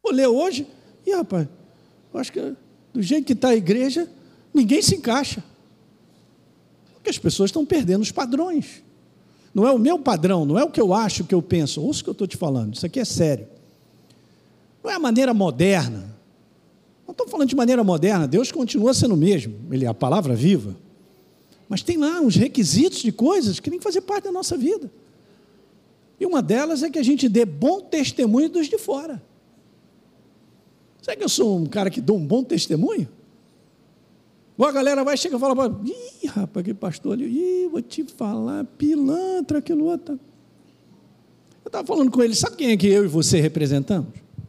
Vou ler hoje, e rapaz, eu acho que do jeito que está a igreja, ninguém se encaixa. Porque as pessoas estão perdendo os padrões. Não é o meu padrão, não é o que eu acho, o que eu penso. Ouça o que eu estou te falando, isso aqui é sério. Não é a maneira moderna. Não estou falando de maneira moderna, Deus continua sendo o mesmo, Ele é a palavra viva. Mas tem lá uns requisitos de coisas que tem que fazer parte da nossa vida. E uma delas é que a gente dê bom testemunho dos de fora. Será que eu sou um cara que dou um bom testemunho? Ou a galera vai chegar e fala, ih, rapaz, que pastor ali, vou te falar, pilantra, aquilo outro. Eu estava falando com ele, sabe quem é que eu e você representamos?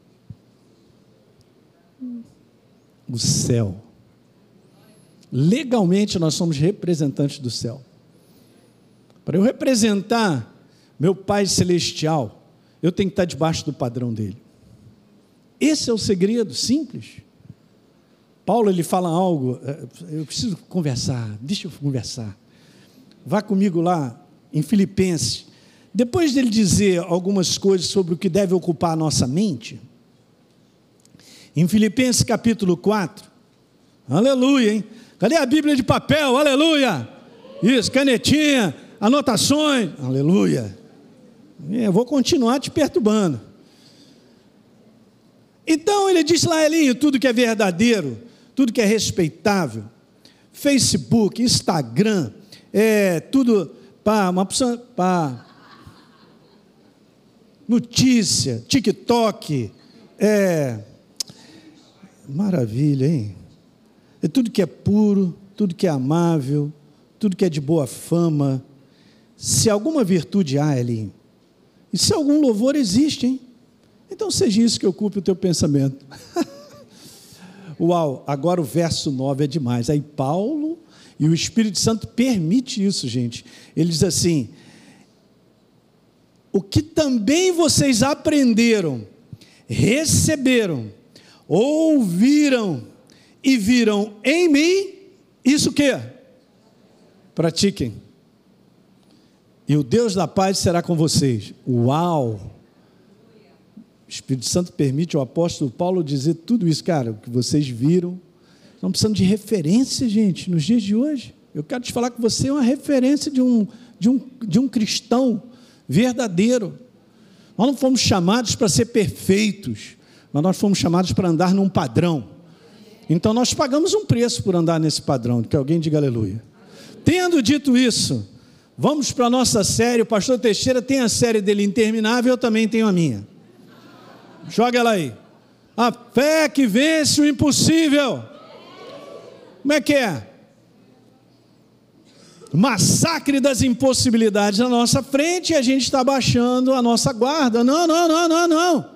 O céu. Legalmente nós somos representantes do céu. Para eu representar meu Pai Celestial, eu tenho que estar debaixo do padrão dele. Esse é o segredo, simples. Paulo, ele fala algo, eu preciso conversar, deixa eu conversar. Vá comigo lá em Filipenses. Depois dele dizer algumas coisas sobre o que deve ocupar a nossa mente, em Filipenses capítulo 4, aleluia, hein? Cadê a Bíblia de papel? Aleluia! Isso, canetinha, anotações, aleluia. Eu vou continuar te perturbando. Então ele diz lá, Elinho, tudo que é verdadeiro, tudo que é respeitável, Facebook, Instagram, tudo para notícia, TikTok, maravilha, hein? É tudo que é puro, tudo que é amável, tudo que é de boa fama. Se alguma virtude há, Elinho, e se algum louvor existe, hein? Então seja isso que ocupe o teu pensamento. Uau, agora o verso 9 é demais. Aí Paulo e o Espírito Santo permite isso, gente. Ele diz assim, o que também vocês aprenderam, receberam, ouviram e viram em mim, isso o quê? Pratiquem. E o Deus da paz será com vocês. Uau! O Espírito Santo permite o apóstolo Paulo dizer tudo isso, cara, o que vocês viram. Estamos precisando de referência, gente, nos dias de hoje. Eu quero te falar que você é uma referência de um cristão verdadeiro. Nós não fomos chamados para ser perfeitos, mas nós fomos chamados para andar num padrão. Então nós pagamos um preço por andar nesse padrão, que alguém diga aleluia. Tendo dito isso, vamos para a nossa série. O pastor Teixeira tem a série dele interminável, eu também tenho a minha. Joga ela aí. A fé que vence o impossível. Como é que é? Massacre das impossibilidades na nossa frente e a gente está baixando a nossa guarda. Não.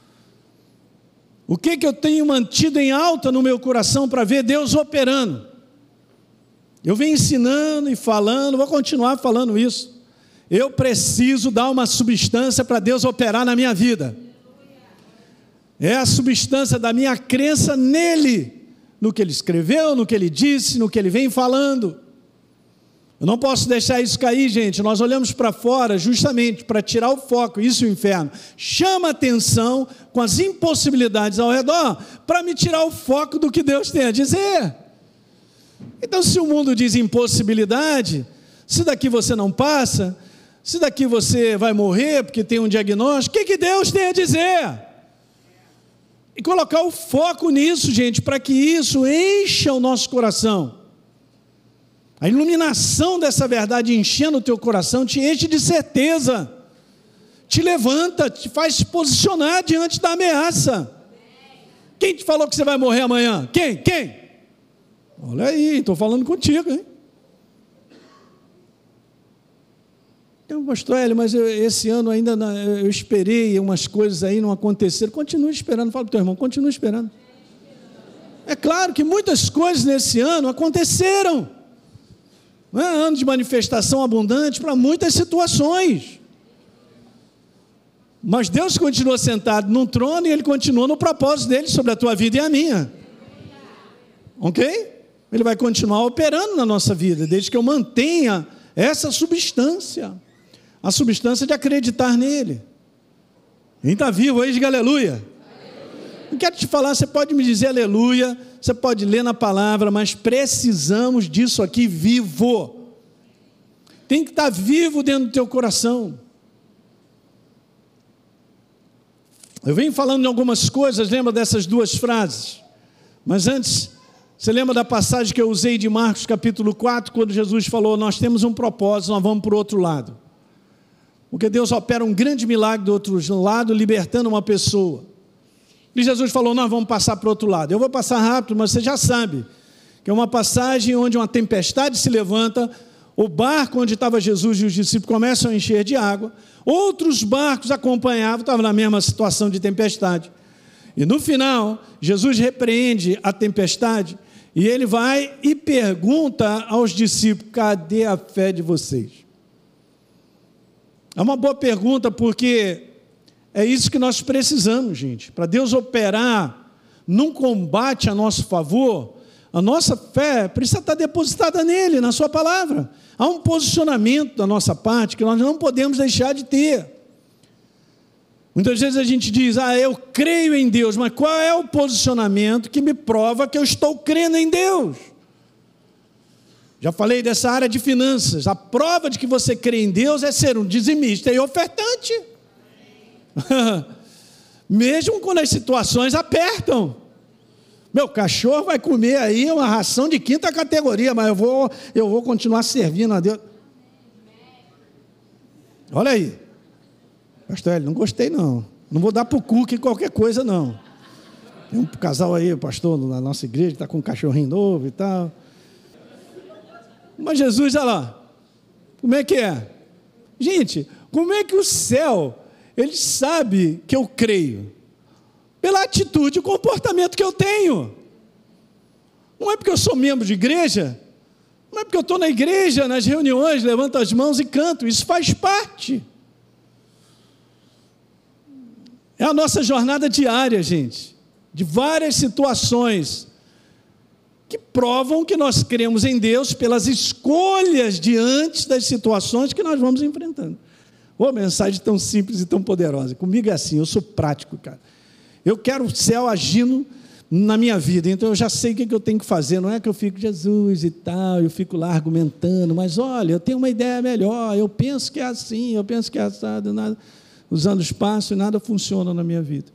O que eu tenho mantido em alta no meu coração para ver Deus operando? Eu venho ensinando e falando, vou continuar falando isso. Eu preciso dar uma substância para Deus operar na minha vida. É a substância da minha crença nele, no que ele escreveu, no que ele disse, no que ele vem falando. Eu não posso deixar isso cair, gente. Nós olhamos para fora justamente para tirar o foco, isso é o inferno. Chama atenção com as impossibilidades ao redor para me tirar o foco do que Deus tem a dizer. Então, se o mundo diz impossibilidade, se daqui você não passa, se daqui você vai morrer porque tem um diagnóstico, o que Deus tem a dizer? E colocar o foco nisso, gente, para que isso encha o nosso coração. A iluminação dessa verdade enchendo o teu coração te enche de certeza, te levanta, te faz se posicionar diante da ameaça. Quem te falou que você vai morrer amanhã? Quem? Olha aí, estou falando contigo, hein? Então, pastor Hélio, mas esse ano ainda eu esperei umas coisas aí, não aconteceram. Continue esperando, fala para o teu irmão, continue esperando. É claro que muitas coisas nesse ano aconteceram. Não é ano de manifestação abundante para muitas situações. Mas Deus continua sentado num trono e Ele continua no propósito dEle sobre a tua vida e a minha. Ok? Ele vai continuar operando na nossa vida, desde que eu mantenha essa substância. A substância de acreditar nele. Quem está vivo aí, diga aleluia. Não quero te falar, você pode me dizer aleluia, você pode ler na palavra, mas precisamos disso aqui vivo. Tem que estar vivo dentro do teu coração. Eu venho falando de algumas coisas, lembra dessas duas frases? Mas antes, você lembra da passagem que eu usei de Marcos capítulo 4, quando Jesus falou, nós temos um propósito, nós vamos para o outro lado. Porque Deus opera um grande milagre do outro lado, libertando uma pessoa. E Jesus falou, nós vamos passar para o outro lado. Eu vou passar rápido, mas você já sabe, que é uma passagem onde uma tempestade se levanta, o barco onde estava Jesus e os discípulos começam a encher de água, outros barcos acompanhavam, estavam na mesma situação de tempestade. E no final, Jesus repreende a tempestade, e ele vai e pergunta aos discípulos, cadê a fé de vocês? É uma boa pergunta, porque é isso que nós precisamos, gente. Para Deus operar num combate a nosso favor, a nossa fé precisa estar depositada nele, na sua palavra. Há um posicionamento da nossa parte que nós não podemos deixar de ter. Muitas vezes a gente diz, eu creio em Deus, mas qual é o posicionamento que me prova que eu estou crendo em Deus? Já falei dessa área de finanças. A prova de que você crê em Deus é ser um dizimista e ofertante. Mesmo quando as situações apertam. Meu cachorro vai comer aí uma ração de 5ª categoria, mas eu vou continuar servindo a Deus. Olha aí. Pastor Hélio, não gostei não. Não vou dar para o cookie qualquer coisa não. Tem um casal aí, pastor, na nossa igreja, que está com um cachorrinho novo e tal. Mas Jesus, olha lá. Como é que é? Gente, como é que o céu, ele sabe que eu creio? Pela atitude e comportamento que eu tenho. Não é porque eu sou membro de igreja, não é porque eu estou na igreja, nas reuniões, levanto as mãos e canto, isso faz parte. É a nossa jornada diária, gente, de várias situações que provam que nós cremos em Deus pelas escolhas diante das situações que nós vamos enfrentando. Mensagem tão simples e tão poderosa. Comigo é assim, eu sou prático, cara. Eu quero o céu agindo na minha vida, então eu já sei o que eu tenho que fazer. Não é que eu fico Jesus e tal, eu fico lá argumentando, mas olha, eu tenho uma ideia melhor, eu penso que é assim, eu penso que é assado, nada, usando espaço e nada funciona na minha vida.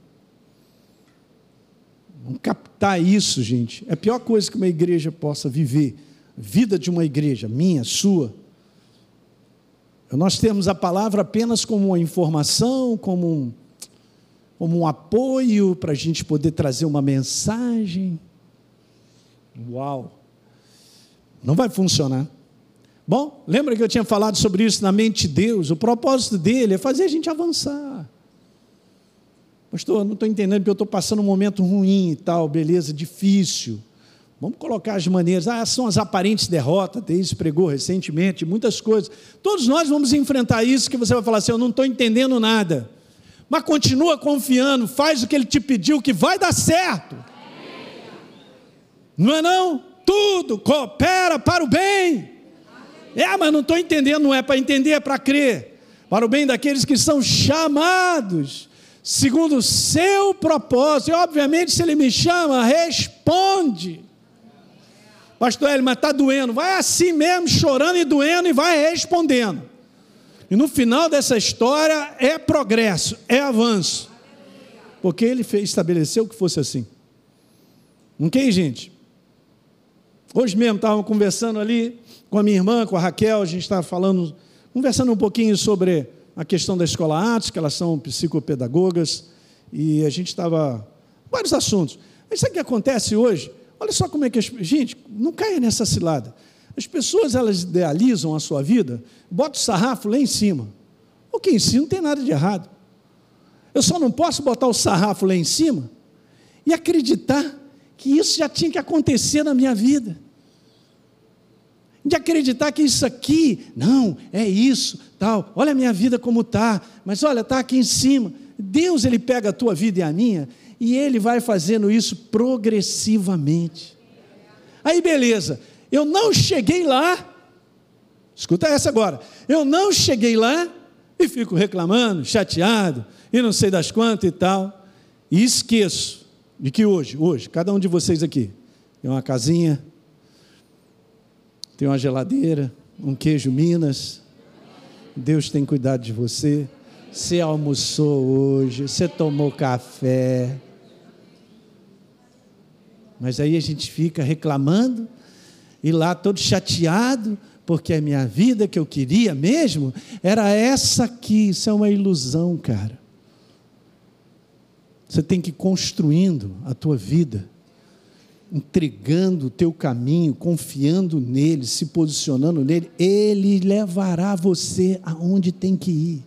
Vamos captar isso, gente. É a pior coisa que uma igreja possa viver. A vida de uma igreja, minha, sua. Nós temos a palavra apenas como uma informação, como um apoio para a gente poder trazer uma mensagem. Uau! Não vai funcionar. Bom, lembra que eu tinha falado sobre isso na mente de Deus? O propósito dele é fazer a gente avançar. Pastor, não estou entendendo porque eu estou passando um momento ruim e tal, beleza, difícil. Vamos colocar as maneiras, são as aparentes derrotas, Deus pregou recentemente, muitas coisas. Todos nós vamos enfrentar isso, que você vai falar assim, eu não estou entendendo nada. Mas continua confiando, faz o que ele te pediu, que vai dar certo. Não é não? Tudo coopera para o bem. Mas não estou entendendo, não é para entender, é para crer. Para o bem daqueles que são chamados segundo o seu propósito. E obviamente se ele me chama, responde. Pastor Hélio, mas está doendo. Vai assim mesmo, chorando e doendo, e vai respondendo. E no final dessa história é progresso, é avanço. Porque ele estabeleceu que fosse assim. Ok, gente? Hoje mesmo estávamos conversando ali com a minha irmã, com a Raquel, a gente estava conversando um pouquinho sobre a questão da Escola Atos, que elas são psicopedagogas, e a gente estava... vários assuntos. Mas sabe o que acontece hoje? Olha só como é que... gente, não caia nessa cilada. As pessoas, elas idealizam a sua vida, botam o sarrafo lá em cima. O que em si não tem nada de errado. Eu só não posso botar o sarrafo lá em cima e acreditar que isso já tinha que acontecer na minha vida. De acreditar que isso aqui, não, é isso, tal. Olha a minha vida como está, mas olha, está aqui em cima. Deus, ele pega a tua vida e a minha, e ele vai fazendo isso progressivamente. Aí beleza, eu não cheguei lá, escuta essa agora, eu não cheguei lá e fico reclamando, chateado, e não sei das quantas e tal, e esqueço de que hoje, cada um de vocês aqui tem uma casinha, tem uma geladeira, um queijo Minas. Deus tem cuidado de você. Você almoçou hoje, você tomou café. Mas aí a gente fica reclamando e lá todo chateado, porque a minha vida que eu queria mesmo era essa aqui. Isso é uma ilusão, cara. Você tem que ir construindo a tua vida, entregando o teu caminho, confiando nele, se posicionando nele. Ele levará você aonde tem que ir.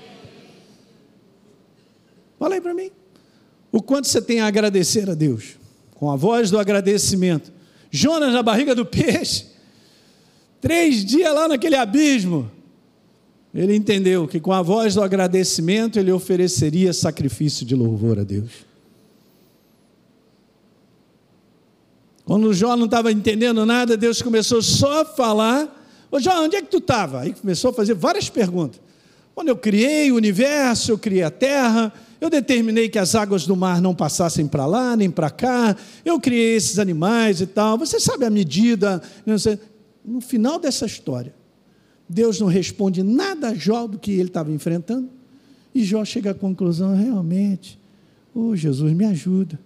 Fala aí para mim. O quanto você tem a agradecer a Deus, com a voz do agradecimento. Jonas na barriga do peixe, 3 dias lá naquele abismo, ele entendeu que com a voz do agradecimento ele ofereceria sacrifício de louvor a Deus. Quando o Jó não estava entendendo nada, Deus começou só a falar. Ô Jó, onde é que tu estava? Aí começou a fazer várias perguntas. Quando eu criei o universo, eu criei a terra, eu determinei que as águas do mar não passassem para lá, nem para cá, eu criei esses animais e tal, você sabe a medida. No final dessa história, Deus não responde nada a Jó do que ele estava enfrentando, e Jó chega à conclusão, realmente, Jesus, me ajuda.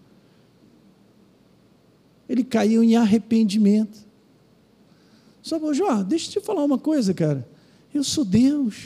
Ele caiu em arrependimento. Só, Jó, deixa eu te falar uma coisa, cara, eu sou Deus.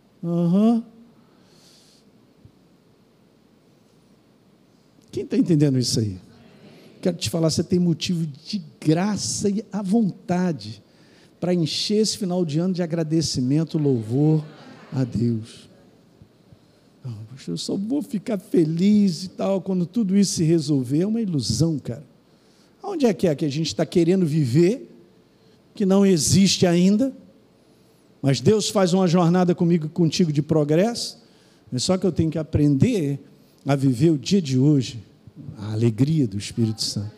Quem está entendendo isso aí? Quero te falar, você tem motivo de graça e à vontade para encher esse final de ano de agradecimento, louvor a Deus. Eu só vou ficar feliz e tal quando tudo isso se resolver. É uma ilusão, cara. Onde é que a gente está querendo viver, que não existe ainda, mas Deus faz uma jornada comigo e contigo de progresso, mas só que eu tenho que aprender a viver o dia de hoje, a alegria do Espírito Santo.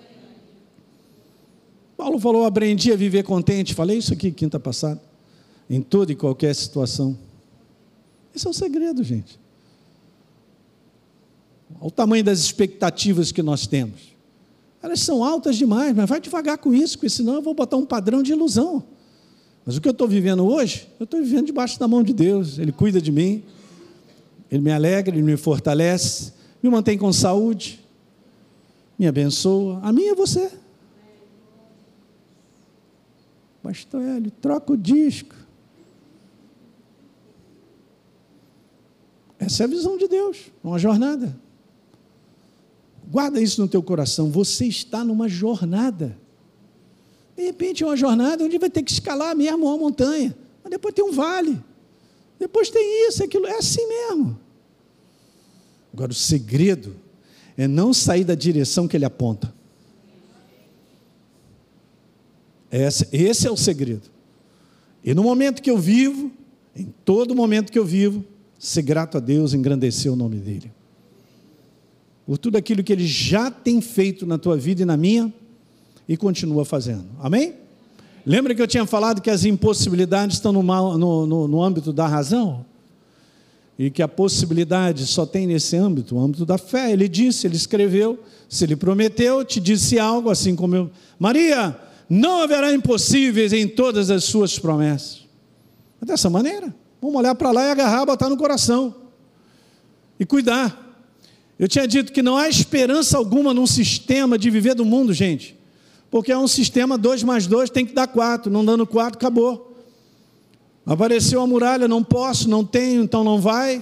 Paulo falou, aprendi a viver contente, falei isso aqui quinta passada, em toda e qualquer situação. Esse é o segredo, gente. Olha o tamanho das expectativas que nós temos. Elas são altas demais, mas vai devagar com isso, porque senão eu vou botar um padrão de ilusão. Mas o que eu estou vivendo hoje, eu estou vivendo debaixo da mão de Deus. Ele cuida de mim, Ele me alegra, Ele me fortalece, me mantém com saúde, me abençoa. A minha é você. Pastor Hélio, troca o disco. Essa é a visão de Deus, uma jornada. Guarda isso no teu coração, você está numa jornada. De repente é uma jornada onde vai ter que escalar mesmo uma montanha, mas depois tem um vale, depois tem isso, aquilo, é assim mesmo. Agora o segredo é não sair da direção que ele aponta. Esse é o segredo. E no momento que eu vivo, em todo momento que eu vivo, ser grato a Deus, engrandecer o nome dEle. Por tudo aquilo que Ele já tem feito na tua vida e na minha, e continua fazendo. Amém? Lembra que eu tinha falado que as impossibilidades estão no âmbito da razão? E que a possibilidade só tem nesse âmbito, o âmbito da fé. Ele disse, ele escreveu, se Ele prometeu, te disse algo, assim como eu. Maria, não haverá impossíveis em todas as suas promessas. Mas dessa maneira, vamos olhar para lá e agarrar, botar no coração. E cuidar. Eu tinha dito que não há esperança alguma num sistema de viver do mundo, gente. Porque é um sistema 2 mais 2 tem que dar 4. Não dando 4, acabou. Apareceu a muralha, não posso, não tenho, então não vai.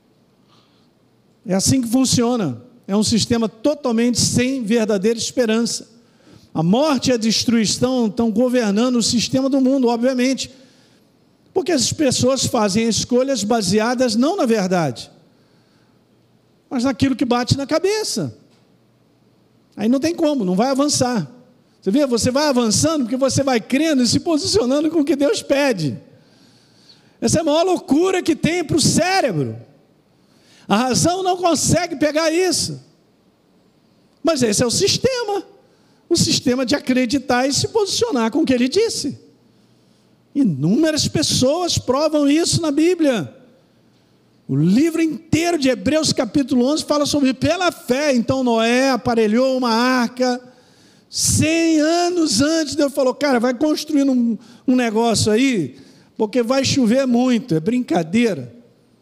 É assim que funciona. É um sistema totalmente sem verdadeira esperança. A morte e a destruição estão governando o sistema do mundo, obviamente. Porque as pessoas fazem escolhas baseadas não na verdade, mas naquilo que bate na cabeça. Aí não tem como, não vai avançar. Você vê, você vai avançando porque você vai crendo e se posicionando com o que Deus pede. Essa é a maior loucura que tem para o cérebro. A razão não consegue pegar isso. Mas esse é o sistema de acreditar e se posicionar com o que Ele disse. Inúmeras pessoas provam isso na Bíblia. O livro inteiro de Hebreus capítulo 11 fala sobre pela fé. Então Noé aparelhou uma arca, 100 anos antes, Deus falou, cara, vai construindo um negócio aí, porque vai chover muito, é brincadeira.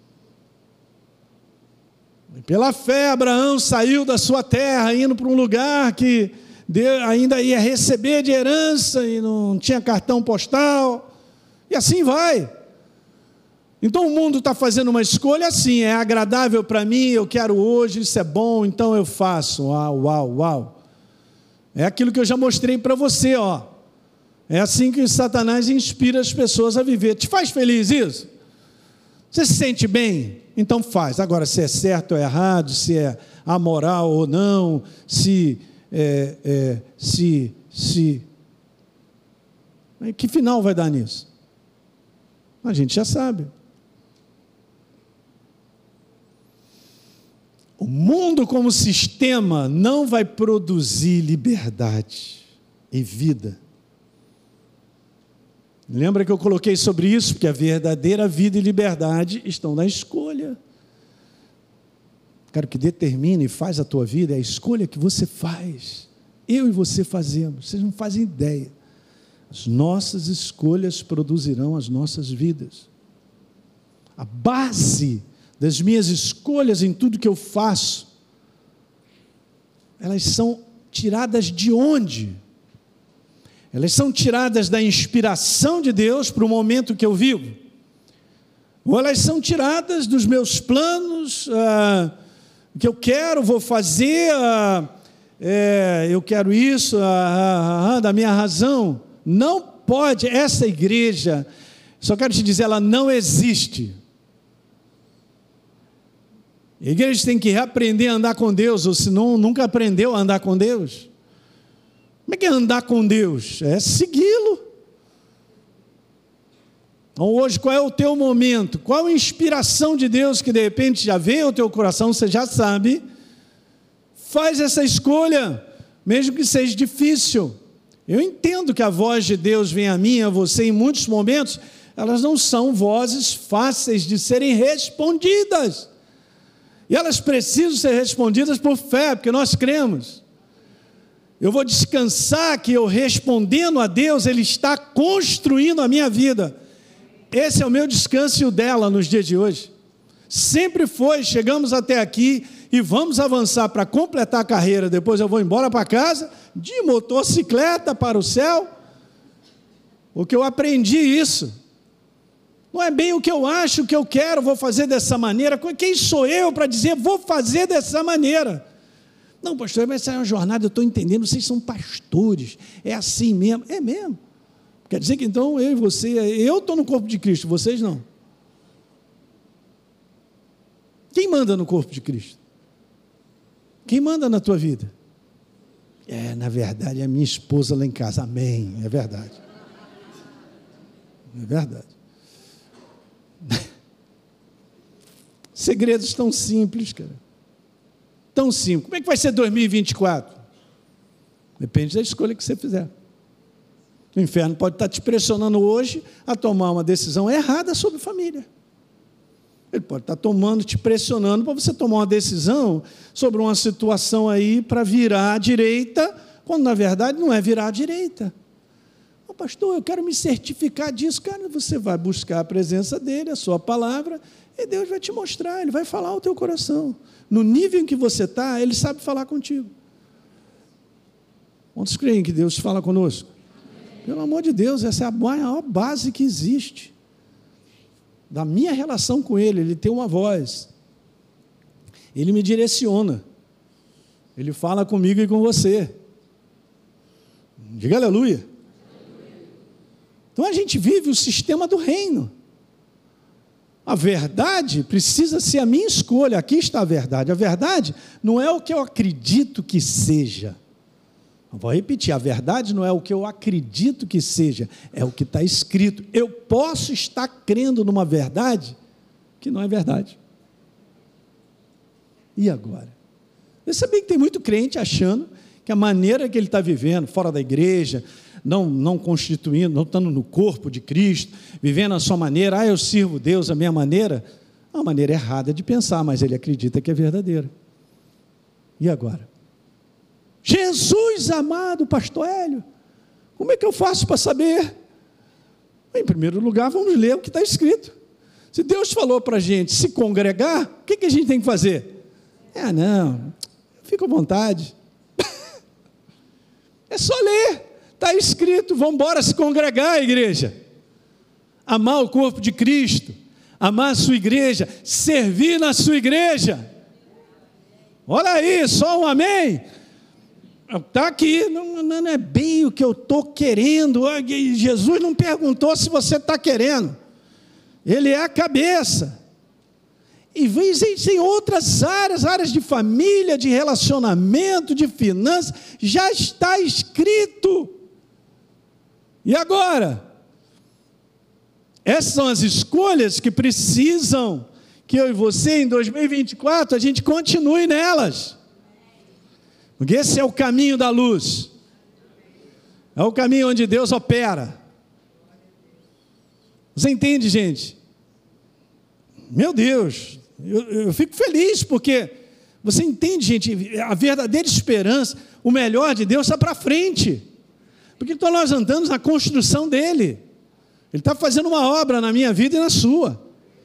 E pela fé Abraão saiu da sua terra, indo para um lugar que Deus ainda ia receber de herança, e não tinha cartão postal, e assim vai. Então o mundo está fazendo uma escolha assim, é agradável para mim, eu quero hoje, isso é bom, então eu faço. Uau, uau, uau. É aquilo que eu já mostrei para você, ó. É assim que Satanás inspira as pessoas a viver. Te faz feliz isso? Você se sente bem? Então faz. Agora, se é certo ou errado, se é amoral ou não, que final vai dar nisso? A gente já sabe. O mundo como sistema não vai produzir liberdade e vida. Lembra que eu coloquei sobre isso? Porque a verdadeira vida e liberdade estão na escolha. Cara, o que determina e faz a tua vida é a escolha que você faz. Eu e você fazemos, vocês não fazem ideia. As nossas escolhas produzirão as nossas vidas. A base das minhas escolhas em tudo que eu faço, elas são tiradas de onde? Elas são tiradas da inspiração de Deus para o momento que eu vivo? Ou elas são tiradas dos meus planos, que eu quero, vou fazer, eu quero isso, da minha razão? Não pode, essa igreja, só quero te dizer, ela não existe. A igreja tem que reaprender a andar com Deus, ou senão nunca aprendeu a andar com Deus. Como é que é andar com Deus? É segui-lo. Então hoje, qual é o teu momento? Qual a inspiração de Deus que de repente já veio ao teu coração, você já sabe? Faz essa escolha, mesmo que seja difícil. Eu entendo que a voz de Deus vem a mim, a você, em muitos momentos, elas não são vozes fáceis de serem respondidas. E elas precisam ser respondidas por fé, porque nós cremos. Eu vou descansar que eu respondendo a Deus, Ele está construindo a minha vida. Esse é o meu descanso e o dela nos dias de hoje. Sempre foi, chegamos até aqui e vamos avançar para completar a carreira. Depois eu vou embora para casa, de motocicleta para o céu. Porque eu aprendi isso. Não é bem o que eu acho, o que eu quero, vou fazer dessa maneira. Quem sou eu para dizer, vou fazer dessa maneira? Não, pastor, mas essa é uma jornada, eu estou entendendo, vocês são pastores, é assim mesmo. É mesmo. Quer dizer que então eu e você, eu estou no corpo de Cristo, vocês não. Quem manda no corpo de Cristo? Quem manda na tua vida? Na verdade, é a minha esposa lá em casa. Amém, é verdade. É verdade. Segredos tão simples, cara. Tão simples. Como é que vai ser 2024? Depende da escolha que você fizer. O inferno pode estar te pressionando hoje a tomar uma decisão errada sobre família. Ele pode estar te pressionando para você tomar uma decisão sobre uma situação aí para virar à direita, quando na verdade não é virar à direita. Pastor, eu quero me certificar disso. Cara, você vai buscar a presença dele, a sua palavra, e Deus vai te mostrar, Ele vai falar ao teu coração. No nível em que você está, Ele sabe falar contigo. Quantos creem que Deus fala conosco? Pelo amor de Deus, essa é a maior base que existe. Da minha relação com Ele, Ele tem uma voz. Ele me direciona. Ele fala comigo e com você. Diga aleluia. Então a gente vive o sistema do reino. A verdade precisa ser a minha escolha. Aqui está a verdade. A verdade não é o que eu acredito que seja. Eu vou repetir, a verdade não é o que eu acredito que seja, é o que está escrito. Eu posso estar crendo numa verdade que não é verdade. E agora? Eu sabia que tem muito crente achando que a maneira que ele está vivendo, fora da igreja, não constituindo, não estando no corpo de Cristo, vivendo a sua maneira, eu sirvo Deus a minha maneira, É uma maneira errada de pensar, mas ele acredita que é verdadeira. E agora? Jesus amado, pastor Hélio, como é que eu faço para saber? Em primeiro lugar, vamos ler o que está escrito. Se Deus falou para a gente se congregar, o que a gente tem que fazer? Não, fica à vontade. É só ler, está escrito, vamos embora se congregar, igreja. Amar o corpo de Cristo, amar a sua igreja, servir na sua igreja. Olha aí, só um amém. Está aqui, não é bem o que eu estou querendo. Jesus não perguntou se você está querendo. Ele é a cabeça. E existem outras áreas de família, de relacionamento, de finanças, já está escrito. E agora? Essas são as escolhas que precisam que eu e você, em 2024, a gente continue nelas. Porque esse é o caminho da luz. É o caminho onde Deus opera. Você entende, gente? Meu Deus, eu fico feliz porque você entende, gente, a verdadeira esperança, o melhor de Deus está para frente. Porque então nós andamos na construção dele. Ele está fazendo uma obra na minha vida e na sua.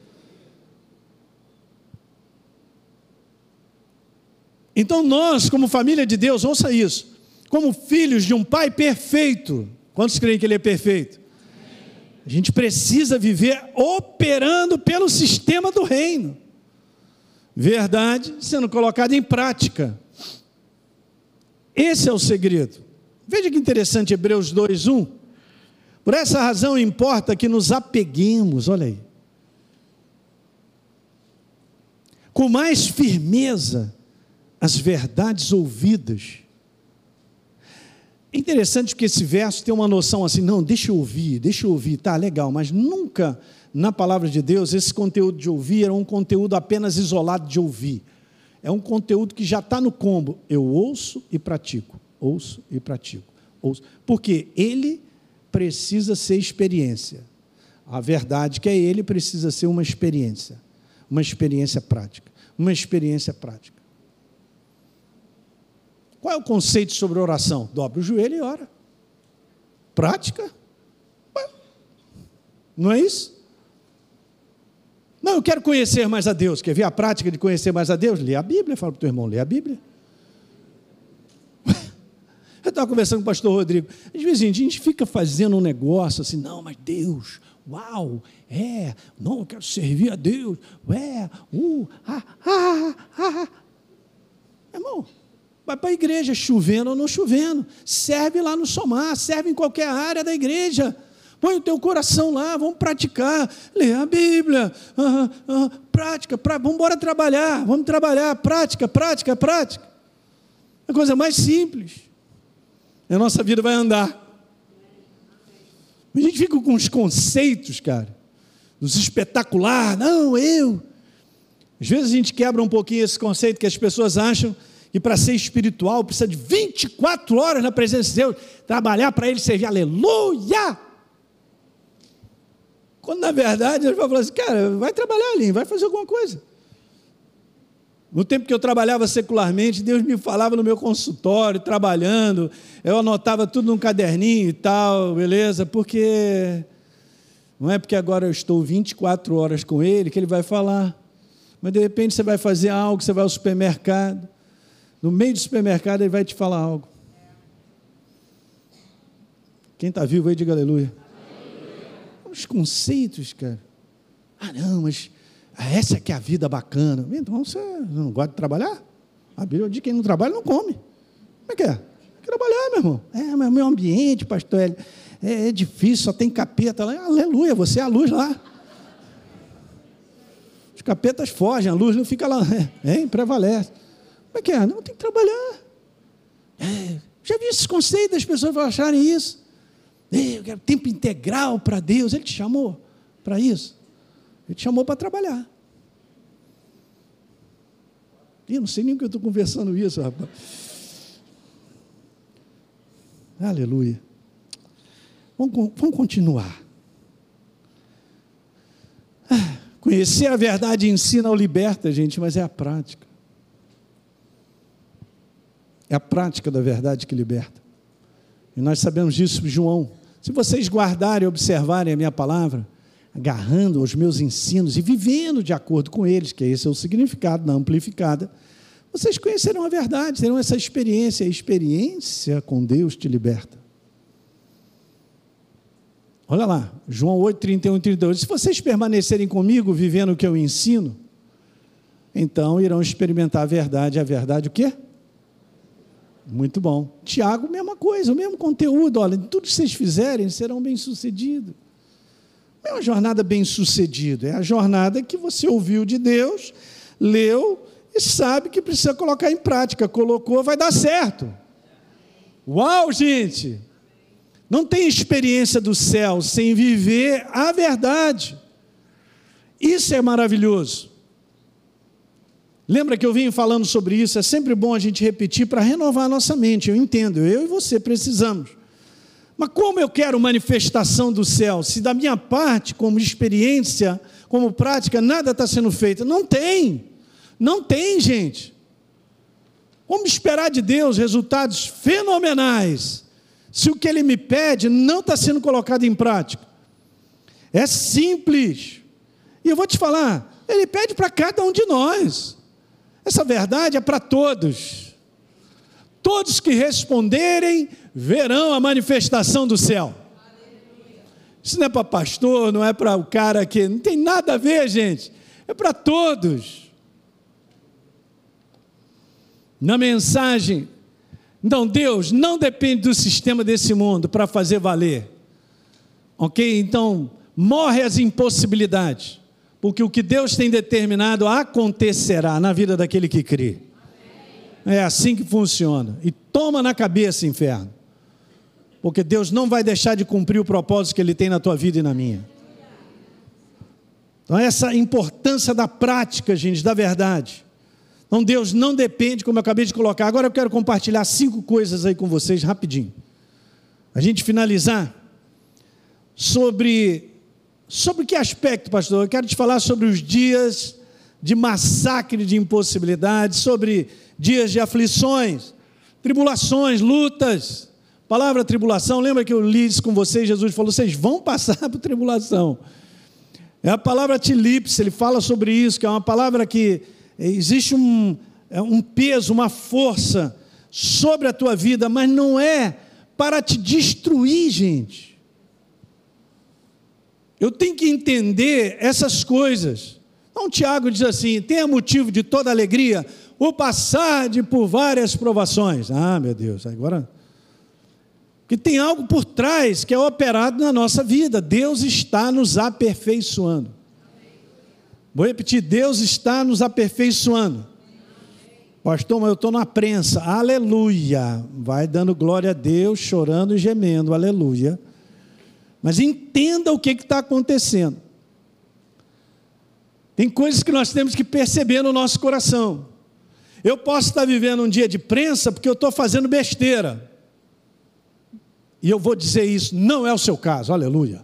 Então nós, como família de Deus, ouça isso, como filhos de um Pai perfeito, quantos creem que Ele é perfeito? A gente precisa viver operando pelo sistema do reino. Verdade sendo colocada em prática. Esse é o segredo. Veja que interessante, Hebreus 2:1. Por essa razão importa que nos apeguemos, olha aí, com mais firmeza as verdades ouvidas. É interessante que esse verso tem uma noção assim, não, deixa eu ouvir, tá, legal, mas nunca na palavra de Deus esse conteúdo de ouvir era um conteúdo apenas isolado de ouvir. É um conteúdo que já está no combo, eu ouço e pratico, ouço e pratico, ouço. Porque ele precisa ser experiência. A verdade que é ele precisa ser uma experiência prática, uma experiência prática. Qual é o conceito sobre oração? Dobra o joelho e ora. Prática? Não é isso? Não, eu quero conhecer mais a Deus. Quer ver a prática de conhecer mais a Deus? Lê a Bíblia. Fala para o teu irmão, lê a Bíblia. Eu estava conversando com o pastor Rodrigo. Às vezes a gente fica fazendo um negócio assim, não, mas Deus, uau, não, eu quero servir a Deus, Irmão, vai para a igreja, chovendo ou não chovendo, serve lá no Somar, serve em qualquer área da igreja, põe o teu coração lá, vamos praticar, lê a Bíblia, prática, vamos embora trabalhar, vamos trabalhar, prática, a coisa mais simples, a nossa vida vai andar. A gente fica com os conceitos, cara, dos espetacular, às vezes a gente quebra um pouquinho esse conceito que as pessoas acham que para ser espiritual precisa de 24 horas na presença de Deus, trabalhar para Ele servir, aleluia! Quando na verdade eles vão falar assim, cara, vai trabalhar ali, vai fazer alguma coisa. No tempo que eu trabalhava secularmente, Deus me falava no meu consultório, trabalhando, eu anotava tudo num caderninho e tal, beleza? Porque não é porque agora eu estou 24 horas com Ele que Ele vai falar, mas de repente você vai fazer algo, você vai ao supermercado, no meio do supermercado Ele vai te falar algo. Quem está vivo aí, diga aleluia. Os conceitos, cara. Não, mas essa que é a vida bacana. Então você não gosta de trabalhar? A Bíblia diz que quem não trabalha não come. Como é que é? Quer trabalhar, meu irmão. Mas meu ambiente, pastor, é difícil, só tem capeta lá. Aleluia, você é a luz lá. Os capetas fogem, a luz não fica lá, prevalece. Como é que é? Não, tem que trabalhar. Já vi esses conceitos das pessoas acharem isso. Eu quero tempo integral para Deus. Ele te chamou para isso. Ele te chamou para trabalhar. Eu não sei nem o que eu estou conversando isso, rapaz. Aleluia. Vamos continuar. Conhecer a verdade ensina ou liberta, gente, mas é a prática. É a prática da verdade que liberta. E nós sabemos disso, João. Se vocês guardarem e observarem a minha palavra, agarrando os meus ensinos e vivendo de acordo com eles, que esse é o significado da amplificada, vocês conhecerão a verdade, terão essa experiência. A experiência com Deus te liberta. Olha lá, João 8, 31 e 32. Se vocês permanecerem comigo, vivendo o que eu ensino, então irão experimentar a verdade. A verdade o quê? Muito bom. Tiago, mesma coisa, o mesmo conteúdo. Olha, tudo que vocês fizerem serão bem-sucedidos. Não é uma jornada bem-sucedida, é a jornada que você ouviu de Deus, leu e sabe que precisa colocar em prática. Colocou, vai dar certo. Uau, gente! Não tem experiência do céu sem viver a verdade. Isso é maravilhoso. Lembra que eu vim falando sobre isso? É sempre bom a gente repetir para renovar a nossa mente. Eu entendo, eu e você precisamos. Mas como eu quero manifestação do céu, se da minha parte, como experiência, como prática, nada está sendo feito? Não tem. Não tem, gente. Como esperar de Deus resultados fenomenais, se o que Ele me pede não está sendo colocado em prática? É simples. E eu vou te falar, Ele pede para cada um de nós. Essa verdade é para todos. Todos que responderem verão a manifestação do céu. Isso não é para pastor, não é para o cara que... Não tem nada a ver, gente. É para todos. Na mensagem... Então, Deus não depende do sistema desse mundo para fazer valer. Ok? Então, morre as impossibilidades. Porque o que Deus tem determinado acontecerá na vida daquele que crê. É assim que funciona. E toma na cabeça, inferno. Porque Deus não vai deixar de cumprir o propósito que Ele tem na tua vida e na minha. Então, essa importância da prática, gente, da verdade. Então, Deus não depende, como eu acabei de colocar. Agora eu quero compartilhar 5 coisas aí com vocês, rapidinho. A gente finalizar. Sobre que aspecto, pastor? Eu quero te falar sobre os dias de massacre de impossibilidades, sobre dias de aflições, tribulações, lutas. Palavra tribulação, lembra que eu li isso com vocês? Jesus falou, vocês vão passar por tribulação. É a palavra tilipse, ele fala sobre isso, que é uma palavra que existe um peso, uma força sobre a tua vida, mas não é para te destruir, gente. Eu tenho que entender essas coisas. Então, Tiago diz assim, tenha motivo de toda alegria, o passar por várias provações. Ah, meu Deus, agora... que tem algo por trás que é operado na nossa vida. Deus está nos aperfeiçoando. Vou repetir, Deus está nos aperfeiçoando. Pastor, mas eu estou na prensa. Aleluia. Vai dando glória a Deus, chorando e gemendo. Aleluia. Mas entenda o que está acontecendo. Tem coisas que nós temos que perceber no nosso coração. Eu posso estar vivendo um dia de prensa porque eu estou fazendo besteira. E eu vou dizer isso, não é o seu caso, aleluia.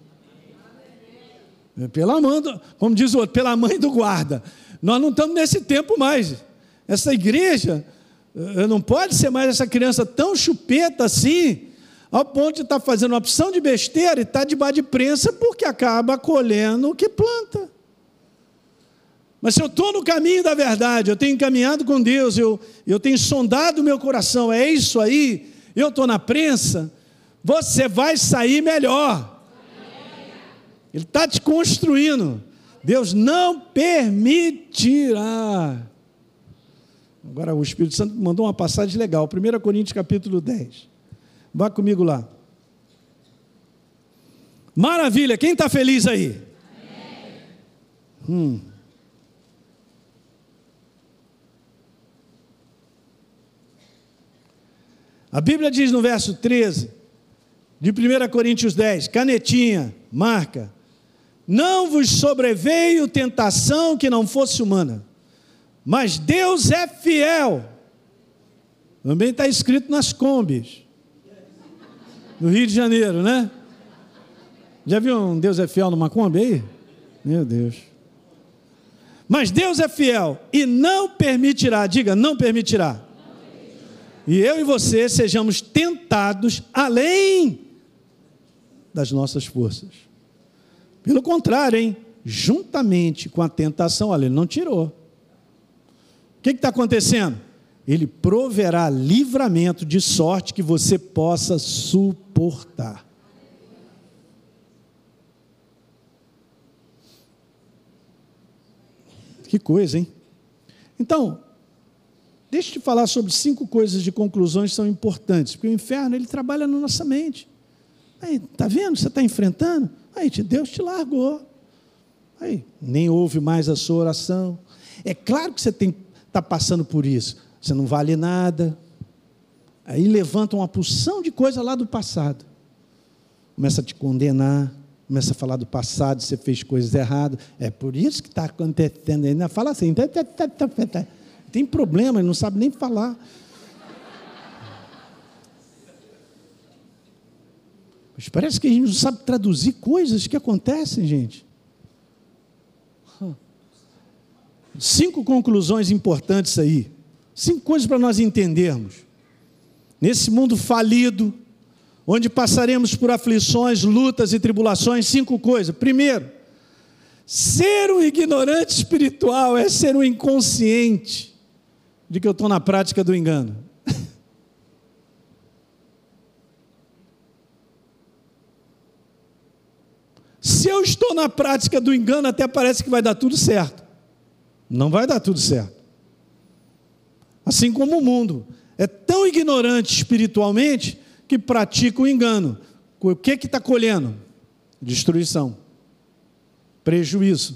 Pela mãe, como diz o outro, pela mãe do guarda. Nós não estamos nesse tempo mais. Essa igreja não pode ser mais essa criança tão chupeta assim, ao ponto de estar fazendo uma opção de besteira e estar debaixo de prensa porque acaba colhendo o que planta. Mas se eu estou no caminho da verdade, eu tenho caminhado com Deus, eu tenho sondado o meu coração, é isso aí, eu estou na prensa, você vai sair melhor. Ele está te construindo. Deus não permitirá. Agora o Espírito Santo mandou uma passagem legal. 1 Coríntios capítulo 10. Vá comigo lá. Maravilha, quem está feliz aí? A Bíblia diz no verso 13... de 1 Coríntios 10, canetinha, marca. Não vos sobreveio tentação que não fosse humana, mas Deus é fiel. Também está escrito nas combis, no Rio de Janeiro, né? Já viu um Deus é fiel numa Kombi aí? Meu Deus. Mas Deus é fiel e não permitirá, diga, não permitirá. E eu e você sejamos tentados além das nossas forças. Pelo contrário, hein? Juntamente com a tentação, olha, ele não tirou. O que está acontecendo? Ele proverá livramento de sorte que você possa suportar. Que coisa, hein? Então, deixa eu te falar sobre 5 coisas de conclusões que são importantes, porque o inferno, ele trabalha na nossa mente. Aí, tá vendo? Você está enfrentando? Aí, Deus te largou. Aí, nem ouve mais a sua oração. É claro que você está passando por isso. Você não vale nada. Aí levanta uma porção de coisa lá do passado. Começa a te condenar. Começa a falar do passado, você fez coisas erradas. É por isso que está acontecendo. Ainda fala assim. Tem problema, ele não sabe nem falar. Mas parece que a gente não sabe traduzir coisas que acontecem, gente. 5 conclusões importantes aí. 5 coisas para nós entendermos. Nesse mundo falido, onde passaremos por aflições, lutas e tribulações, 5 coisas. Primeiro, ser um ignorante espiritual é ser um inconsciente de que eu estou na prática do engano. Se eu estou na prática do engano, até parece que vai dar tudo certo. Não vai dar tudo certo. Assim como o mundo é tão ignorante espiritualmente que pratica o engano. O que está colhendo? Destruição, prejuízo.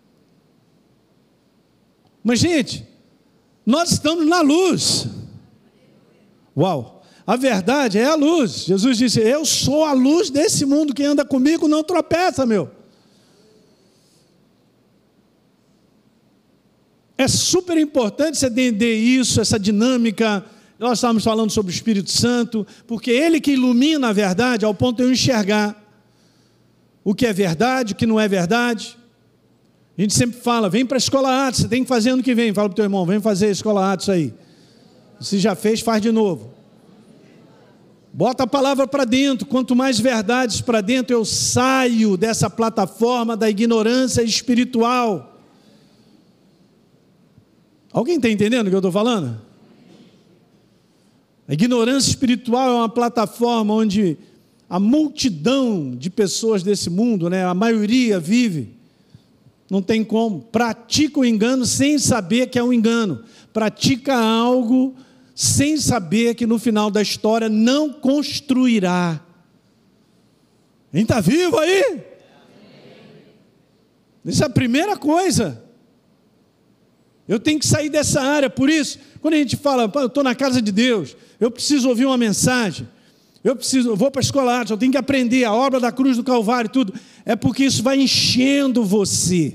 Mas, gente, nós estamos na luz. Uau! A verdade é a luz. Jesus disse, eu sou a luz desse mundo, quem anda comigo não tropeça, meu. É super importante você entender isso, essa dinâmica. Nós estávamos falando sobre o Espírito Santo, porque ele que ilumina a verdade ao ponto de eu enxergar o que é verdade, o que não é verdade. A gente sempre fala, vem para a Escola Atos, você tem que fazer ano que vem. Fala para o teu irmão, vem fazer a Escola Atos aí. Se já fez, faz de novo. Bota a palavra para dentro. Quanto mais verdades para dentro, eu saio dessa plataforma da ignorância espiritual. Alguém está entendendo o que eu estou falando? A ignorância espiritual é uma plataforma onde a multidão de pessoas desse mundo, né, a maioria vive, não tem como, pratica o engano sem saber que é um engano, pratica algo sem saber que no final da história não construirá. Quem está vivo aí? Essa é a primeira coisa. Eu tenho que sair dessa área. Por isso, quando a gente fala, eu estou na casa de Deus, eu preciso ouvir uma mensagem, eu vou para a Escola Atos, eu tenho que aprender a obra da cruz do Calvário e tudo, é porque isso vai enchendo você,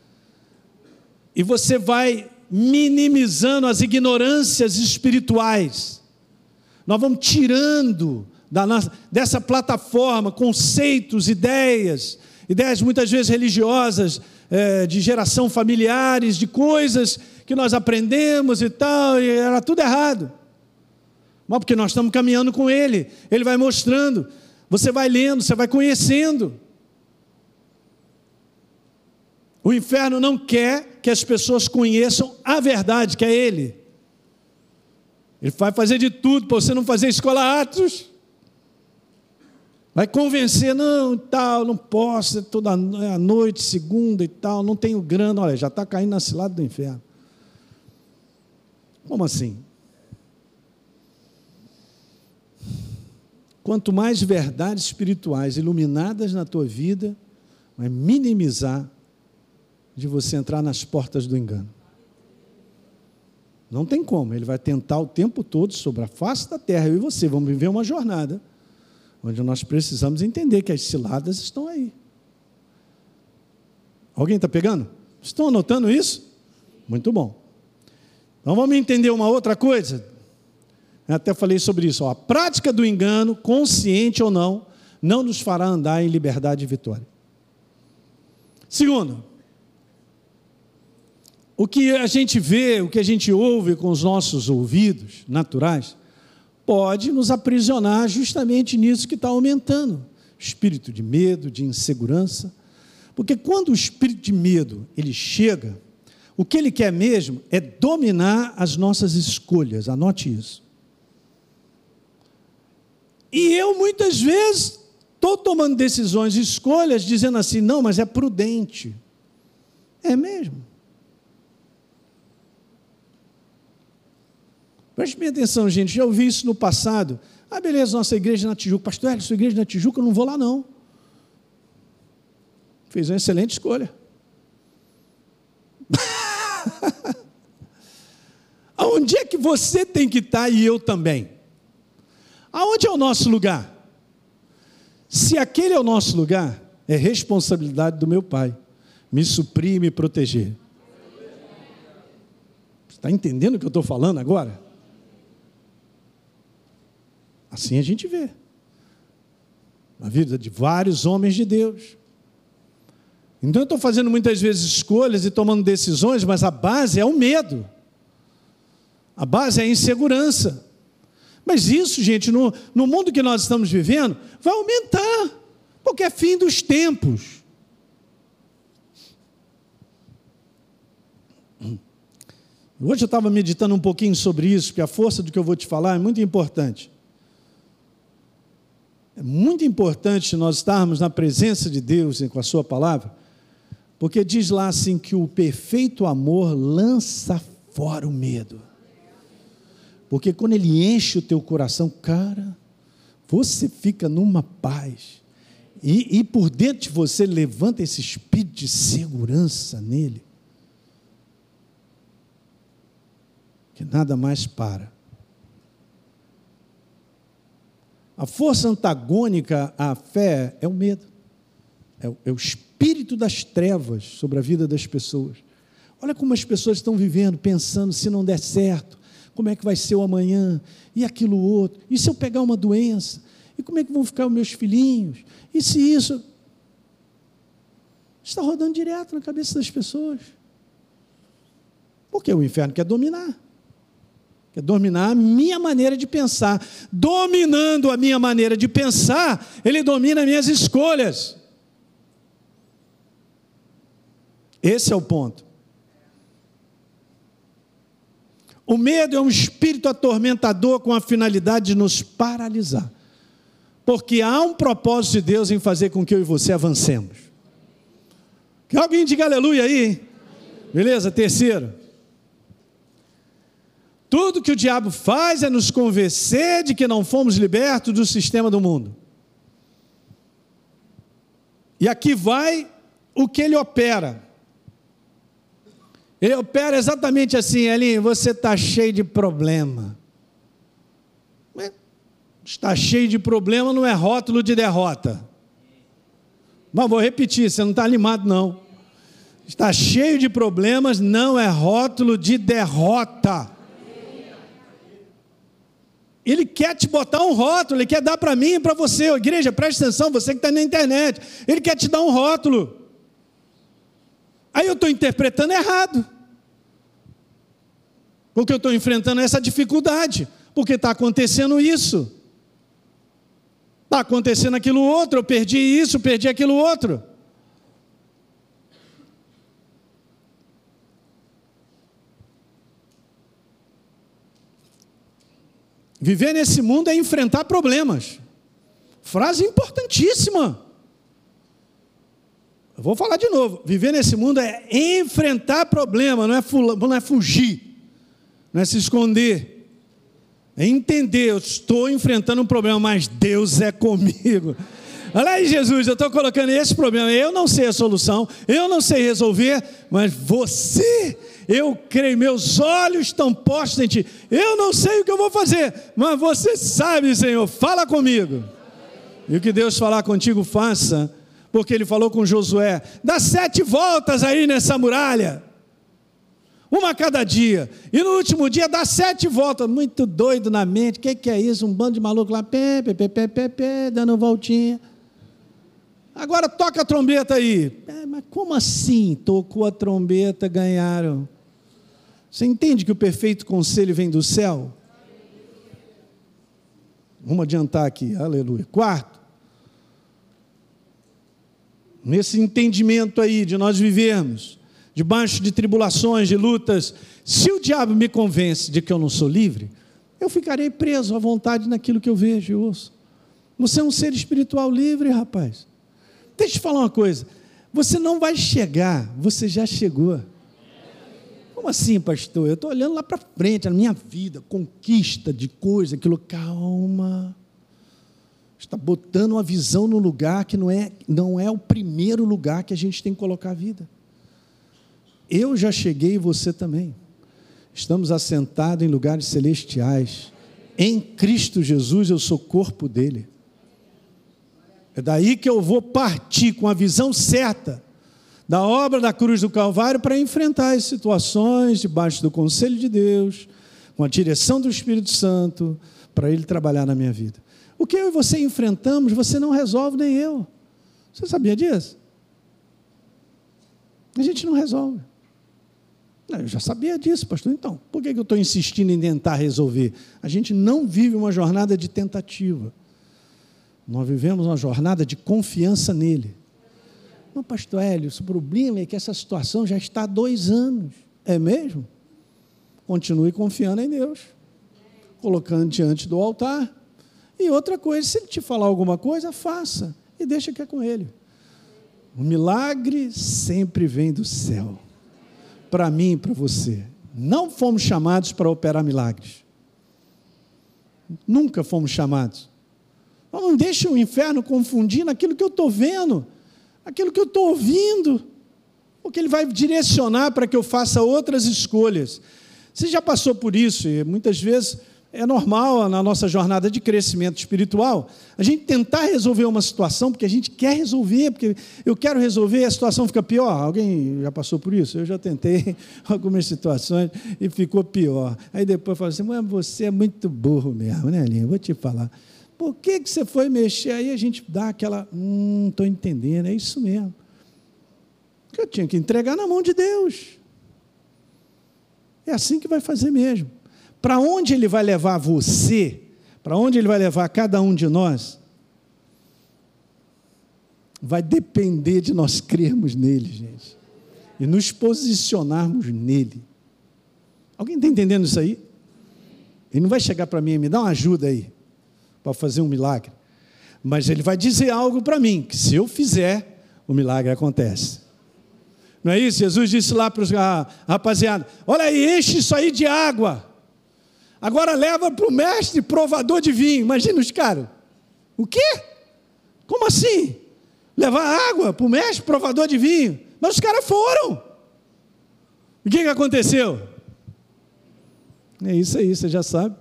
e você vai minimizando as ignorâncias espirituais. Nós vamos tirando dessa plataforma conceitos, ideias muitas vezes religiosas, de geração familiares, de coisas que nós aprendemos e tal, e era tudo errado. Mas porque nós estamos caminhando com Ele, Ele vai mostrando, você vai lendo, você vai conhecendo. O inferno não quer que as pessoas conheçam a verdade, que é Ele. Ele vai fazer de tudo para você não fazer Escola Atos. Vai convencer, não, tal, não posso, é toda a noite, segunda e tal, não tenho grana. Olha, já está caindo na cilada do inferno. Como assim? Quanto mais verdades espirituais iluminadas na tua vida, vai minimizar de você entrar nas portas do engano. Não tem como, ele vai tentar o tempo todo sobre a face da terra. Eu e você vamos viver uma jornada onde nós precisamos entender que as ciladas estão aí. Alguém está pegando? Estão anotando isso? Muito bom. Então vamos entender uma outra coisa. Eu até falei sobre isso. A prática do engano, consciente ou não, não nos fará andar em liberdade e vitória. Segundo, o que a gente vê, o que a gente ouve com os nossos ouvidos naturais, pode nos aprisionar justamente nisso que está aumentando. Espírito de medo, de insegurança. Porque quando o espírito de medo, ele chega, o que ele quer mesmo é dominar as nossas escolhas, anote isso. E eu muitas vezes estou tomando decisões, escolhas, dizendo assim, não, mas é prudente. É mesmo. Preste bem atenção, gente, já ouvi isso no passado. Ah, beleza, nossa igreja na Tijuca. Pastor Hélio, sua igreja na Tijuca, eu não vou lá não. Fez uma excelente escolha. Aonde é que você tem que estar e eu também? Aonde é o nosso lugar? Se aquele é o nosso lugar, é responsabilidade do meu Pai me suprir e me proteger. Você está entendendo o que eu estou falando agora? Assim a gente vê na vida de vários homens de Deus. Então eu estou fazendo muitas vezes escolhas e tomando decisões, mas a base é o medo, a base é a insegurança. Mas isso, gente, no mundo que nós estamos vivendo, vai aumentar, porque é fim dos tempos. Hoje eu estava meditando um pouquinho sobre isso, porque a força do que eu vou te falar é muito importante. É muito importante nós estarmos na presença de Deus e com a sua palavra, porque diz lá assim que o perfeito amor lança fora o medo. Porque quando ele enche o teu coração, cara, você fica numa paz. E por dentro de você levanta esse espírito de segurança nele, que nada mais para. A força antagônica à fé é o medo. É o espírito das trevas sobre a vida das pessoas. Olha como as pessoas estão vivendo, pensando, se não der certo, como é que vai ser o amanhã, e aquilo outro, e se eu pegar uma doença, e como é que vão ficar os meus filhinhos, e se isso... Está rodando direto na cabeça das pessoas. Porque o inferno quer dominar a minha maneira de pensar. Dominando a minha maneira de pensar, ele domina as minhas escolhas. Esse é o ponto. O medo é um espírito atormentador com a finalidade de nos paralisar. Porque há um propósito de Deus em fazer com que eu e você avancemos. Que alguém diga aleluia aí. Beleza? Terceiro. Tudo que o diabo faz é nos convencer de que não fomos libertos do sistema do mundo. E aqui vai o que ele opera. Ele opera exatamente assim, Elinho, você está cheio de problema. Está cheio de problema não é rótulo de derrota. Mas vou repetir, você não está animado não. Está cheio de problemas não é rótulo de derrota. Ele quer te botar um rótulo, ele quer dar para mim e para você. Igreja, preste atenção, você que está na internet. Ele quer te dar um rótulo. Aí eu estou interpretando errado. Porque eu estou enfrentando essa dificuldade. Porque está acontecendo isso. Está acontecendo aquilo outro. Eu perdi isso, perdi aquilo outro. Viver nesse mundo é enfrentar problemas. Frase importantíssima. Eu vou falar de novo. Viver nesse mundo é enfrentar problema, não é fugir, não é se esconder. É entender, eu estou enfrentando um problema, mas Deus é comigo. Olha aí, Jesus, eu estou colocando esse problema. Eu não sei a solução, eu não sei resolver, mas você... Eu creio, meus olhos estão postos em ti. Eu não sei o que eu vou fazer, mas você sabe, Senhor, fala comigo. E o que Deus falar contigo, faça, porque Ele falou com Josué, dá 7 voltas aí nessa muralha, uma a cada dia, e no último dia dá 7 voltas, muito doido na mente, o que é isso? Um bando de maluco lá, dando voltinha. Agora toca a trombeta aí. Mas como assim? Tocou a trombeta, ganharam. Você entende que o perfeito conselho vem do céu? Vamos adiantar aqui, aleluia. Quarto, nesse entendimento aí de nós vivermos debaixo de tribulações, de lutas, se o diabo me convence de que eu não sou livre, eu ficarei preso à vontade naquilo que eu vejo e ouço. Você é um ser espiritual livre, rapaz. Deixa eu te falar uma coisa, você não vai chegar, você já chegou. Como assim, pastor? Eu estou olhando lá para frente, na minha vida, conquista de coisa, aquilo, calma. Está botando uma visão no lugar que não é o primeiro lugar que a gente tem que colocar a vida. Eu já cheguei e você também. Estamos assentados em lugares celestiais. Em Cristo Jesus eu sou corpo dele. É daí que eu vou partir com a visão certa da obra da cruz do Calvário para enfrentar as situações debaixo do conselho de Deus, com a direção do Espírito Santo, para Ele trabalhar na minha vida. O que eu e você enfrentamos, você não resolve, nem eu. Você sabia disso? A gente não resolve. Eu já sabia disso, pastor. Então, por que eu estou insistindo em tentar resolver? A gente não vive uma jornada de tentativa. Nós vivemos uma jornada de confiança nele. Não, pastor Hélio, o problema é que essa situação já está há 2 anos. É mesmo? Continue confiando em Deus, colocando diante do altar. E outra coisa, se ele te falar alguma coisa, faça e deixa que é com ele. O milagre sempre vem do céu, para mim e para você. Não fomos chamados para operar milagres. Nunca fomos chamados. Não deixe o inferno confundir naquilo que eu estou vendo, aquilo que eu estou ouvindo, porque ele vai direcionar para que eu faça outras escolhas. Você já passou por isso, e muitas vezes é normal na nossa jornada de crescimento espiritual, a gente tentar resolver uma situação, porque a gente quer resolver, porque eu quero resolver e a situação fica pior. Alguém já passou por isso? Eu já tentei algumas situações e ficou pior. Aí depois fala assim, mas você é muito burro mesmo, né, Linha? Vou te falar. Por que você foi mexer? Aí a gente dá aquela, estou entendendo, é isso mesmo. Que eu tinha que entregar na mão de Deus. É assim que vai fazer mesmo. Para onde Ele vai levar você, para onde Ele vai levar cada um de nós, vai depender de nós crermos nele, gente, e nos posicionarmos nele. Alguém está entendendo isso aí? Ele não vai chegar para mim e me dar uma ajuda aí, para fazer um milagre, mas Ele vai dizer algo para mim, que se eu fizer, o milagre acontece. Não é isso? Jesus disse lá para os rapaziada, olha aí, enche isso aí de água, agora leva para o mestre provador de vinho. Imagina os caras, o quê? Como assim? Levar água para o mestre provador de vinho? Mas os caras foram. O que aconteceu? É isso aí, você já sabe.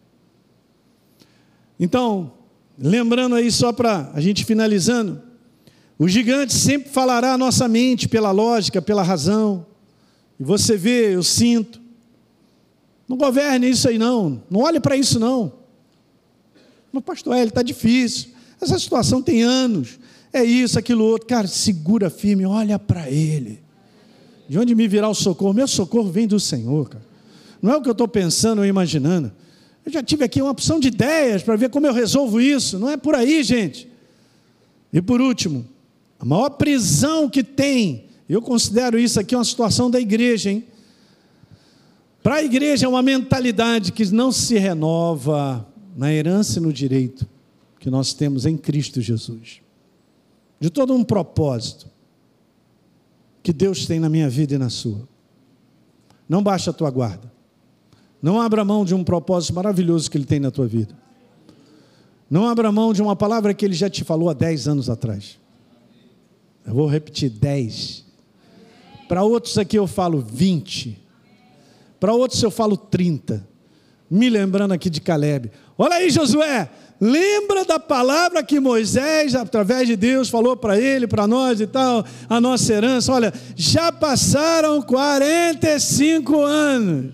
Então, lembrando aí só para a gente finalizando, o gigante sempre falará à nossa mente pela lógica, pela razão. E você vê, eu sinto. Não governe isso aí não olhe para isso não. Mas pastor, está difícil, essa situação tem anos, é isso, aquilo outro. Cara, segura firme, olha para Ele. De onde me virá o socorro? Meu socorro vem do Senhor, cara. Não é o que eu estou pensando ou imaginando. Eu já tive aqui uma opção de ideias para ver como eu resolvo isso. Não é por aí, gente. E por último, a maior prisão que tem, eu considero isso aqui uma situação da igreja, hein? Para a igreja é uma mentalidade que não se renova na herança e no direito que nós temos em Cristo Jesus. De todo um propósito que Deus tem na minha vida e na sua. Não baixa a tua guarda. Não abra mão de um propósito maravilhoso que Ele tem na tua vida. Não abra mão de uma palavra que Ele já te falou há 10 anos atrás. Eu vou repetir, 10. Para outros aqui eu falo 20. Para outros eu falo 30. Me lembrando aqui de Caleb. Olha aí, Josué, lembra da palavra que Moisés, através de Deus, falou para ele, para nós e tal, a nossa herança. Olha, já passaram 45 anos.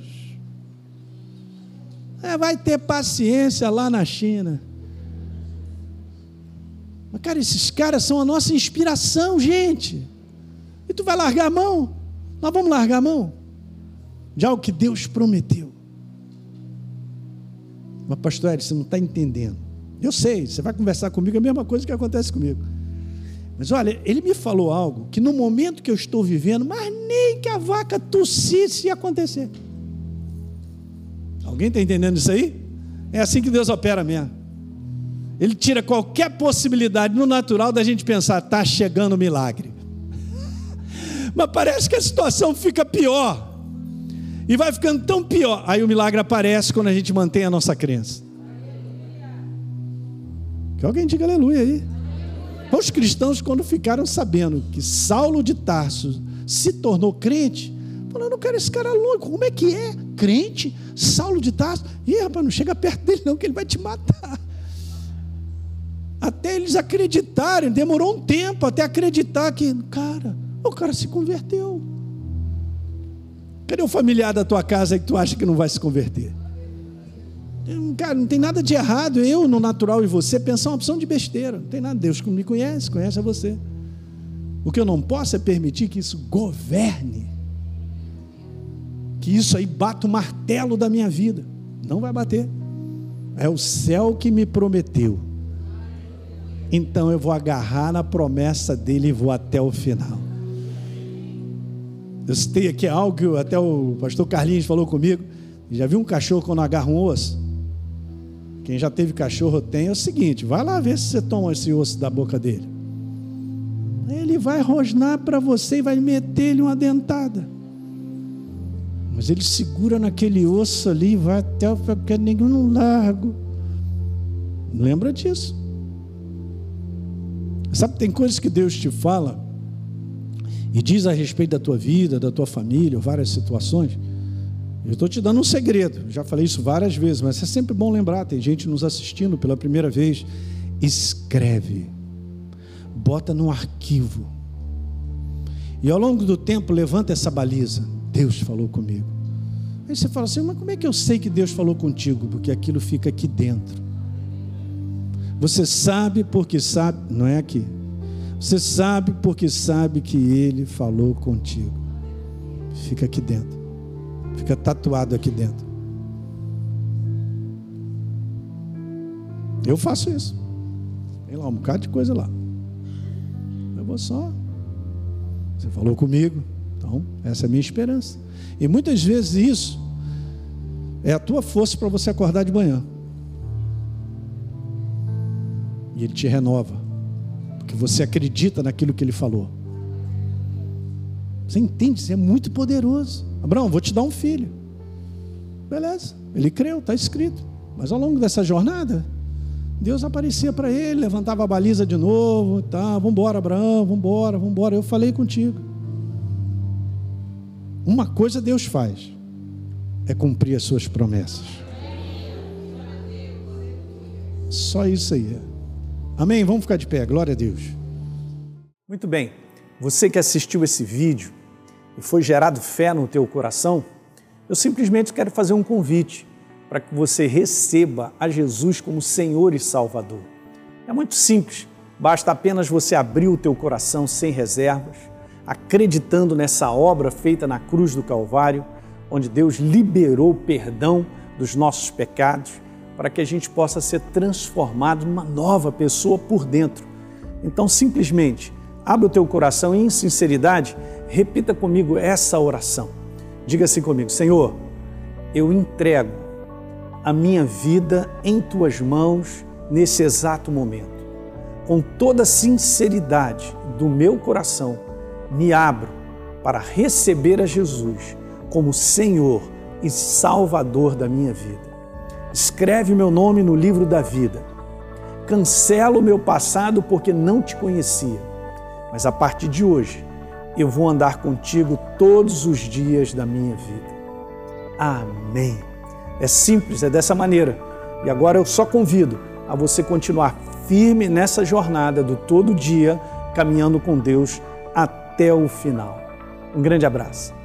Vai ter paciência lá na China. Mas, cara, esses caras são a nossa inspiração, gente. E tu vai largar a mão? Nós vamos largar a mão? de algo que Deus prometeu. Mas pastor Hélio, você não está entendendo. Eu sei, você vai conversar comigo, é a mesma coisa que acontece comigo. Mas olha, ele me falou algo que no momento que eu estou vivendo, mas nem que a vaca tossisse ia acontecer. Alguém está entendendo isso aí? É assim que Deus opera mesmo. Ele tira qualquer possibilidade no natural da gente pensar, está chegando o milagre. Mas parece que a situação fica pior. E vai ficando tão pior. Aí o milagre aparece quando a gente mantém a nossa crença. Que alguém diga aleluia aí. Os cristãos, quando ficaram sabendo que Saulo de Tarso se tornou crente, falaram, cara, esse cara é louco, como é que é? Crente? Saulo de Tarso? Ih, rapaz, não chega perto dele não, que ele vai te matar. Até eles acreditarem, demorou um tempo até acreditar que, o cara se converteu. Cadê o familiar da tua casa aí que tu acha que não vai se converter? Cara, não tem nada de errado, eu no natural e você pensar uma opção de besteira, não tem nada, Deus me conhece a você. O que eu não posso é permitir que isso governe, que isso aí bata o martelo da minha vida. Não vai bater. É o céu que me prometeu. Então eu vou agarrar na promessa dele e vou até o final. Eu citei aqui algo que até o pastor Carlinhos falou comigo. Já viu um cachorro quando agarra um osso? Quem já teve cachorro tem, é o seguinte, vai lá ver se você toma esse osso da boca dele. Ele vai rosnar para você e vai meter-lhe uma dentada. Mas ele segura naquele osso ali, vai até o que ninguém não largo. Lembra disso? Sabe, tem coisas que Deus te fala e diz a respeito da tua vida, da tua família, várias situações. Eu estou te dando um segredo, já falei isso várias vezes, mas é sempre bom lembrar, tem gente nos assistindo pela primeira vez. Escreve, bota num arquivo, e ao longo do tempo levanta essa baliza. Deus falou comigo. Aí você fala assim, mas como é que eu sei que Deus falou contigo? Porque aquilo fica aqui dentro. Você sabe porque sabe, não é aqui. Você sabe porque sabe que Ele falou contigo. Fica aqui dentro. Fica tatuado aqui dentro. Eu faço isso. Tem lá um bocado de coisa lá. Eu vou só. Você falou comigo. Então, essa é a minha esperança. E muitas vezes isso é a tua força para você acordar de manhã. E Ele te renova, porque você acredita naquilo que Ele falou. Você entende? Isso é muito poderoso. Abraão, vou te dar um filho. Beleza, ele creu, está escrito. Mas ao longo dessa jornada, Deus aparecia para ele, levantava a baliza de novo. Tá, vamos embora, Abraão, vamos embora. Eu falei contigo. Uma coisa Deus faz, é cumprir as suas promessas. Só isso aí. Amém? Vamos ficar de pé, glória a Deus. Muito bem, você que assistiu esse vídeo e foi gerado fé no teu coração, eu simplesmente quero fazer um convite para que você receba a Jesus como Senhor e Salvador. É muito simples, basta apenas você abrir o teu coração sem reservas, acreditando nessa obra feita na cruz do Calvário, onde Deus liberou o perdão dos nossos pecados, para que a gente possa ser transformado numa nova pessoa por dentro. Então, simplesmente, abre o teu coração e, em sinceridade, repita comigo essa oração. Diga assim comigo: Senhor, eu entrego a minha vida em Tuas mãos nesse exato momento. Com toda a sinceridade do meu coração, me abro para receber a Jesus como Senhor e Salvador da minha vida. Escreve meu nome no livro da vida. Cancela o meu passado porque não Te conhecia. Mas a partir de hoje, eu vou andar contigo todos os dias da minha vida. Amém. É simples, é dessa maneira. E agora eu só convido a você continuar firme nessa jornada do todo dia, caminhando com Deus até o final. Um grande abraço.